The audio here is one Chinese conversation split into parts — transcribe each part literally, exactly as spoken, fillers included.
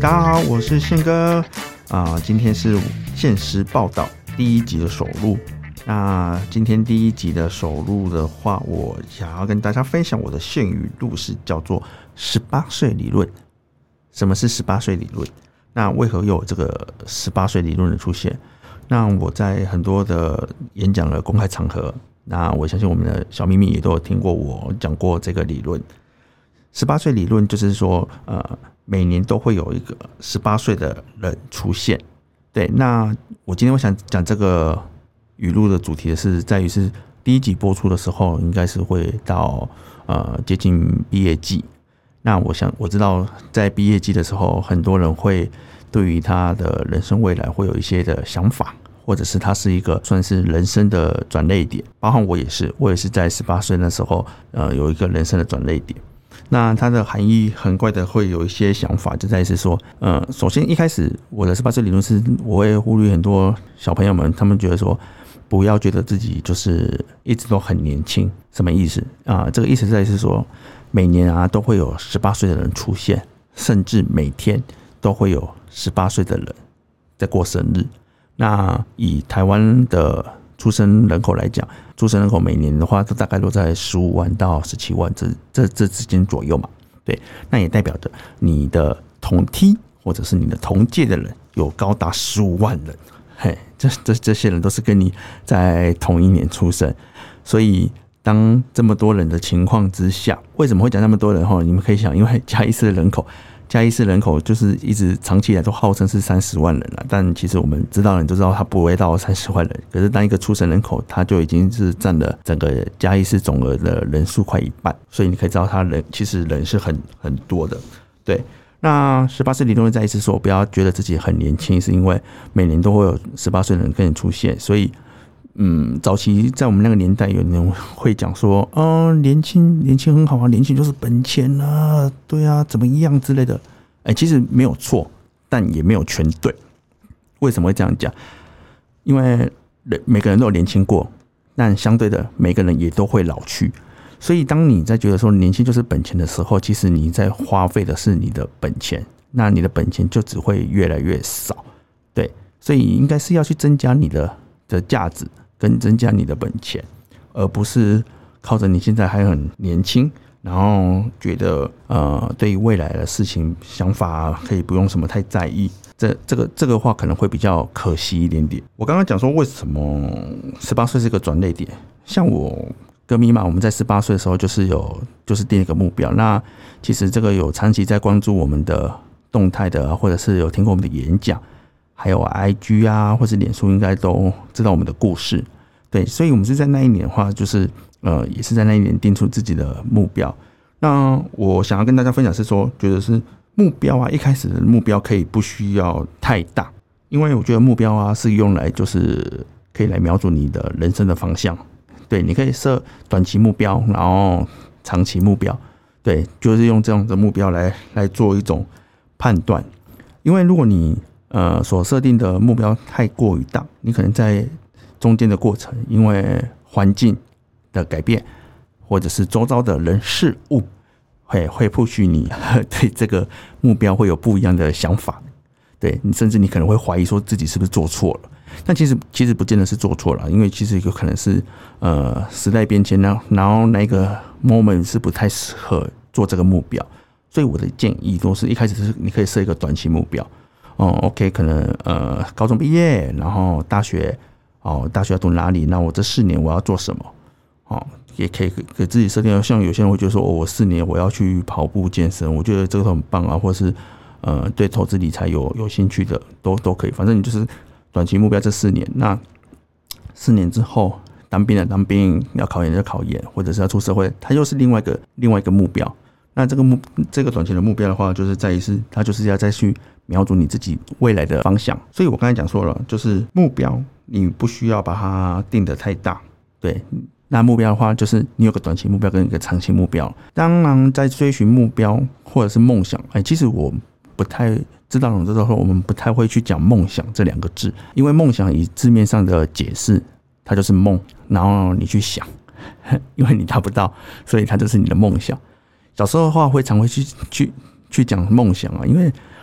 大家好，我是宪哥啊、呃，今天是现实报道第一集的首录。那今天第一集的首录的话，我想要跟大家分享我的宪语录是叫做十八岁理论。什么是十八岁理论？那为何有这个十八岁理论的出现？那我在很多的演讲的公开场合，那我相信我们的小秘密也都有听过我讲过这个理论。十八岁理论就是说，呃，每年都会有一个十八岁的人出现。对，那我今天我想讲这个语录的主题的是在于是第一集播出的时候，应该是会到呃接近毕业季。那我想我知道在毕业季的时候，很多人会对于他的人生未来会有一些的想法，或者是他是一个算是人生的转捩点。包含我也是，我也是在十八岁那时候，呃，有一个人生的转捩点。那它的含义很快的会有一些想法，就在于是说，呃，首先一开始我的十八岁理论是，我会呼吁很多小朋友们，他们觉得说，不要觉得自己就是一直都很年轻，什么意思啊？这个意思在于是说，每年啊都会有十八岁的人出现，甚至每天都会有十八岁的人在过生日。那以台湾的出生人口来讲，出生人口每年的话，都大概落在十五万到十七万这这这之间左右嘛。对，那也代表着你的同梯或者是你的同届的人有高达十五万人。嘿，这这这些人都是跟你在同一年出生，所以当这么多人的情况之下，为什么会讲那么多人？哈，你们可以想，因为嘉义市的人口。嘉义市人口就是一直长期以来都号称是三十万人了，但其实我们知道的人都知道它不会到三十万人。可是当一个出生人口，它就已经是占了整个嘉义市总额的人数快一半，所以你可以知道它人其实人是很很多的。对，那十八岁理论再一次说，不要觉得自己很年轻，是因为每年都会有十八岁的人跟你出现，所以。嗯，早期在我们那个年代，有人会讲说，哦，年轻年轻很好啊，年轻就是本钱啊，对啊，怎么样之类的。哎、欸，其实没有错，但也没有全对。为什么会这样讲？因为每个人都有年轻过，但相对的，每个人也都会老去。所以，当你在觉得说年轻就是本钱的时候，其实你在花费的是你的本钱，那你的本钱就只会越来越少。对，所以应该是要去增加你的的价值。跟增加你的本钱，而不是靠着你现在还很年轻，然后觉得呃对于未来的事情想法可以不用什么太在意，这这个这个话可能会比较可惜一点点。我刚刚讲说为什么十八岁是一个转捩点，像我跟咪嘛，我们在十八岁的时候就是有就是定一个目标。那其实这个有长期在关注我们的动态的，或者是有听过我们的演讲。还有 I G 啊，或是脸书，应该都知道我们的故事，对，所以我们是在那一年的话，就是呃，也是在那一年定出自己的目标。那我想要跟大家分享是说，觉得是目标啊，一开始的目标可以不需要太大，因为我觉得目标啊是用来就是可以来瞄准你的人生的方向。对，你可以设短期目标，然后长期目标，对，就是用这样的目标来来做一种判断，因为如果你呃，所设定的目标太过于大，你可能在中间的过程，因为环境的改变，或者是周遭的人事物，会会push你对这个目标会有不一样的想法，对你甚至你可能会怀疑说自己是不是做错了，但其实其实不见得是做错了，因为其实有可能是呃时代变迁，然后然后那个 moment 是不太适合做这个目标，所以我的建议都是一开始是你可以设一个短期目标。哦 ，OK， 可能呃高中毕业，然后大学，哦，大学要读哪里？那我这四年我要做什么？哦，也可以给自己设定。像有些人会觉得说，哦，我四年我要去跑步健身，我觉得这个很棒啊，或是呃对投资理财有有兴趣的，都都可以。反正你就是短期目标这四年，那四年之后当兵的当兵，要考研就考研，或者是要出社会，它又是另外一个另外一个目标。那这个目这个短期的目标的话，就是在于是它就是要再去瞄准你自己未来的方向。所以我刚才讲说了，就是目标你不需要把它定得太大，对。那目标的话，就是你有个短期目标跟一个长期目标。当然，在追寻目标或者是梦想，哎，其实我不太知道，知道说我们不太会去讲梦想这两个字，因为梦想以字面上的解释，它就是梦，然后你去想，因为你达不到，所以它就是你的梦想。小时候的话，会常会去去去讲梦想啊，因为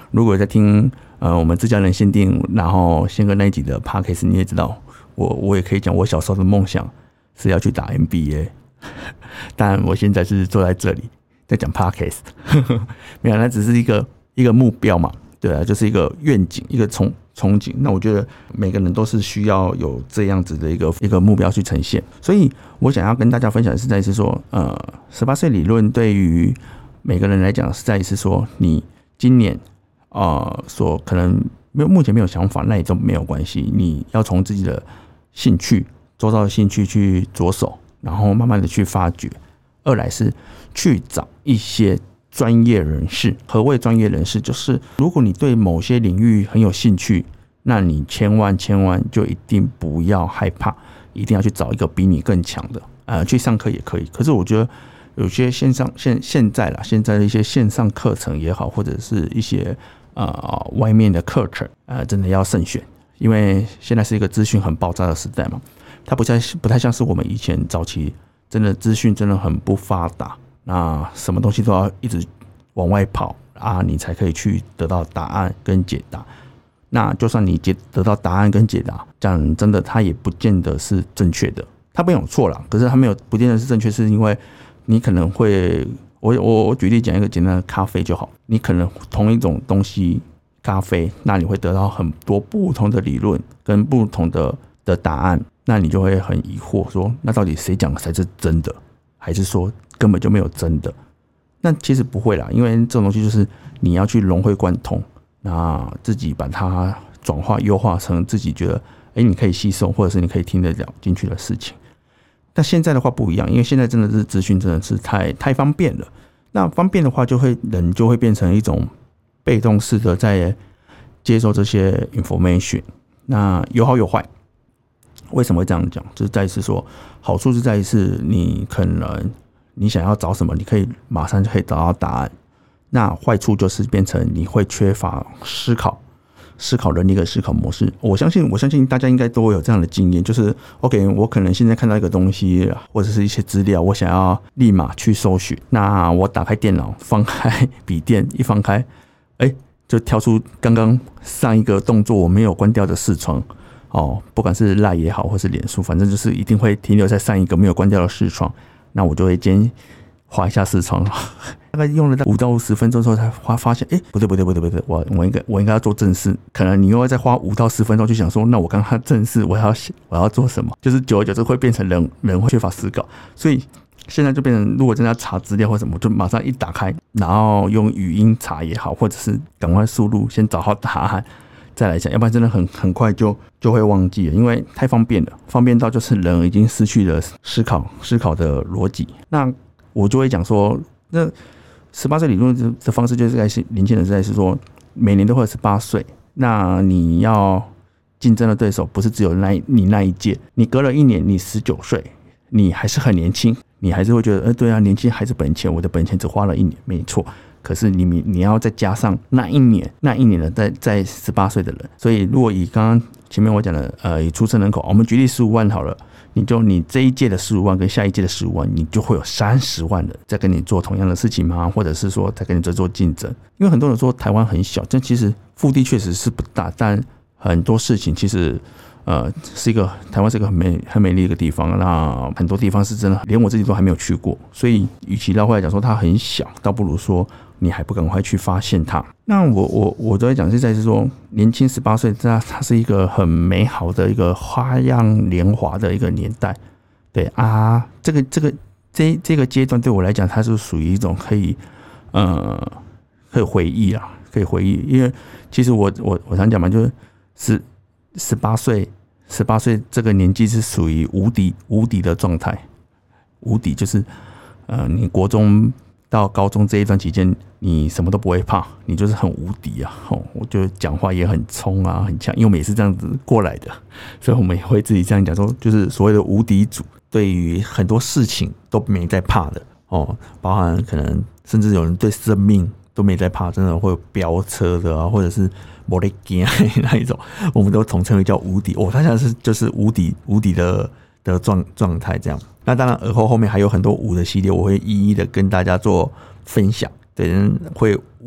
如果在听呃我们自家人限定，然后宪哥那一集的 Podcast， 你也知道，我我也可以讲我小时候的梦想是要去打 N B A， 但我现在是坐在这里在讲 Podcast， 没有，那只是一个一个目标嘛，对啊，就是一个愿景，一个憧憧憬。那我觉得每个人都是需要有这样子的一个一个目标去呈现，所以我想要跟大家分享的是在于是说，呃，十八岁理论对于每个人来讲是在于是说，你今年呃所可能没有目前没有想法，那也都没有关系，你要从自己的兴趣、周遭的兴趣去着手，然后慢慢的去发掘。二来是去找一些专业人士。何谓专业人士？就是如果你对某些领域很有兴趣，那你千万千万就一定不要害怕，一定要去找一个比你更强的。呃，去上课也可以，可是我觉得有些线上现现在啦，现在的一些线上课程也好，或者是一些呃外面的课程，呃，真的要慎选，因为现在是一个资讯很爆炸的时代嘛，它不太不太像是我们以前早期。真的资讯真的很不发达，那什么东西都要一直往外跑啊，你才可以去得到答案跟解答。那就算你得到答案跟解答，讲真的，它也不见得是正确的。它没有错啦，可是它没有不见得是正确，是因为你可能会，我我我举例讲一个简单的咖啡就好，你可能同一种东西咖啡，那你会得到很多不同的理论跟不同的的答案。那你就会很疑惑说，那到底谁讲的才是真的，还是说根本就没有真的？那其实不会啦，因为这种东西就是你要去融会贯通，那自己把它转化优化成自己觉得，哎，你可以吸收，或者是你可以听得了进去的事情。但现在的话不一样，因为现在真的是资讯真的是太太方便了。那方便的话，就会人就会变成一种被动式的在接受这些 information， 那有好有坏。为什么会这样讲？就是在于是说，好处是在于是你可能你想要找什么，你可以马上就可以找到答案。那坏处就是变成你会缺乏思考、思考能力跟思考模式。我相信，我相信大家应该都会有这样的经验，就是 OK， 我可能现在看到一个东西或者是一些资料，我想要立马去搜寻。那我打开电脑，放开笔电，一放开，哎、欸，就跳出刚刚上一个动作我没有关掉的视窗。哦，不管是 LINE 也好，或是脸书，反正就是一定会停留在上一个没有关掉的视窗。那我就会先滑一下视窗，大概用了五到十分钟之后才发现，哎、欸，不对不对不对不对，我我应该我应该要做正事。可能你又会再花五到十分钟去想说，那我刚刚正事我要我要做什么？就是久而久之会变成人人会缺乏思考，所以现在就变成，如果真的要查资料或什么，就马上一打开，然后用语音查也好，或者是赶快输入，先找好答案。再来讲，要不然真的很很快就就会忘记了，因为太方便了，方便到就是人已经失去了思考思考的逻辑。那我就会讲说，那十八岁理论的方式就是在年轻人在是说，每年都会有十八岁，那你要竞争的对手不是只有那你那一届，你隔了一年，你十九岁，你还是很年轻，你还是会觉得，呃，对啊，年轻还是本钱，我的本钱只花了一年，没错。可是你你要再加上那一年那一年的在在十八岁的人，所以如果以刚刚前面我讲的呃以出生人口，我们举例十五万好了，你就你这一届的十五万跟下一届的十五万，你就会有三十万人在跟你做同样的事情吗？或者是说在跟你在做竞争？因为很多人说台湾很小，但其实腹地确实是不大，但很多事情其实。呃，是一个台湾是一个很美很美丽的一个地方，那很多地方是真的连我自己都还没有去过，所以与其绕回来讲说它很小，倒不如说你还不赶快去发现它。那我我我都在讲是在是说，年轻十八岁，它它是一个很美好的一个花样年华的一个年代，对啊，这个这个这这个阶段对我来讲，它是属于一种可以呃可以回忆啊，可以回忆，因为其实我我我常讲嘛，就是是。十八岁，十八岁这个年纪是属于无敌无敌的状态，无敌就是呃，你国中到高中这一段期间，你什么都不会怕，你就是很无敌啊！哦，我就讲话也很冲啊，很强，因为我们也是这样子过来的，所以我们也会自己这样讲说，就是所谓的无敌组，对于很多事情都没在怕的哦，包含可能甚至有人对生命都没在怕，真的会有飙车的啊，或者是。没在怕那一种，我们都统称为叫无敌。哦，他现在是就是无敌无敌的的状状态这样。那当然，而后后面还有很多无的系列，我会一一的跟大家做分享。对，会无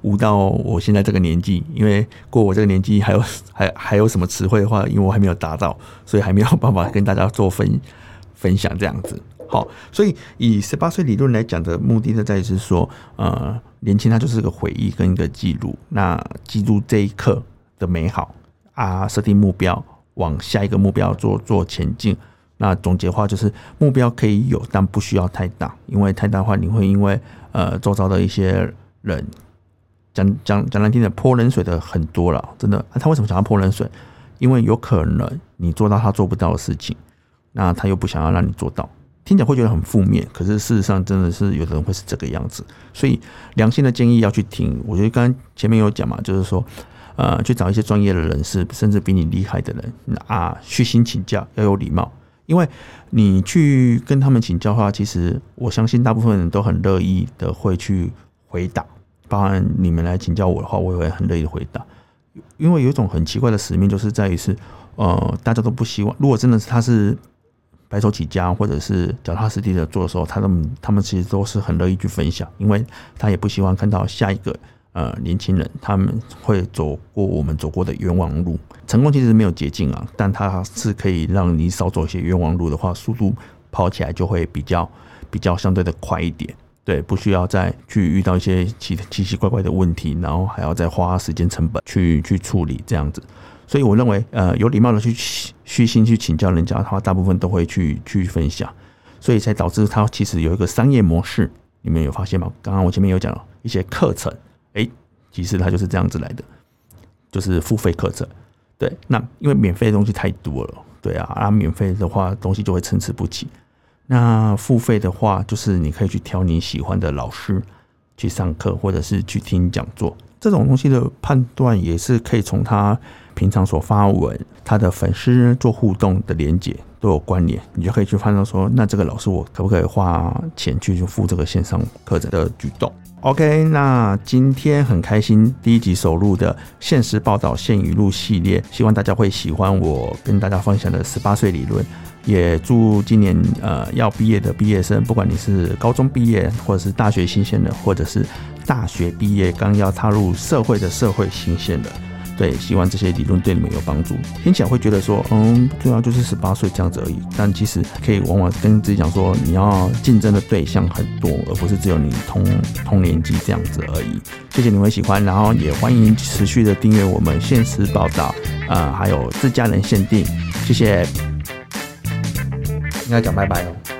无到我现在这个年纪，因为过我这个年纪还有还还有什么词汇的话，因为我还没有达到，所以还没有办法跟大家做分分享这样子。好，所以以十八岁理论来讲的目的，在于是说，呃，年轻它就是个回忆跟一个记录，那记录这一刻的美好啊，设定目标，往下一个目标做做前进。那总结的话就是目标可以有，但不需要太大，因为太大的话，你会因为呃周遭的一些人讲讲讲难听的泼冷水的很多了，真的、啊。他为什么想要泼冷水？因为有可能你做到他做不到的事情，那他又不想要让你做到。听起来会觉得很负面，可是事实上真的是有的人会是这个样子，所以良心的建议要去听。我觉得刚刚前面有讲嘛，就是说，呃，去找一些专业的人士，甚至比你厉害的人啊，虚心请教，要有礼貌。因为你去跟他们请教的话，其实我相信大部分人都很乐意的会去回答，包含你们来请教我的话，我也会很乐意的回答。因为有一种很奇怪的使命，就是在于是，呃，大家都不希望，如果真的是他是白手起家，或者是脚踏实地的做的时候，他们他们其实都是很乐意去分享，因为他也不希望看到下一个呃年轻人他们会走过我们走过的冤枉路。成功其实没有捷径啊，但它是可以让你少走一些冤枉路的话，速度跑起来就会比较比较相对的快一点。对，不需要再去遇到一些奇奇奇怪怪的问题，然后还要再花时间成本去去处理这样子。所以我认为，呃，有礼貌的去虚心去请教人家的话，大部分都会去去分享，所以才导致它其实有一个商业模式。你们有发现吗？刚刚我前面有讲一些课程，哎、欸，其实它就是这样子来的，就是付费课程。对，那因为免费的东西太多了，对啊，啊，免费的话东西就会参差不齐。那付费的话，就是你可以去挑你喜欢的老师去上课，或者是去听讲座。这种东西的判断也是可以从他平常所发文、他的粉丝做互动的连结都有关联，你就可以去判断说，那这个老师我可不可以花钱去付这个线上课程的举动。OK， 那今天很开心，第一集首录的现实报道现语录系列，希望大家会喜欢我跟大家分享的十八岁理论。也祝今年呃要毕业的毕业生，不管你是高中毕业，或者是大学新鲜人，或者是大学毕业刚要踏入社会的社会新鲜人，对，希望这些理论对你们有帮助。听起来会觉得说，嗯，对啊，就是十八岁这样子而已。但其实可以往往跟自己讲说，你要竞争的对象很多，而不是只有你同同年纪这样子而已。谢谢你们喜欢，然后也欢迎持续的订阅我们现实报道，呃，还有自家人限定，谢谢。应该讲拜拜了。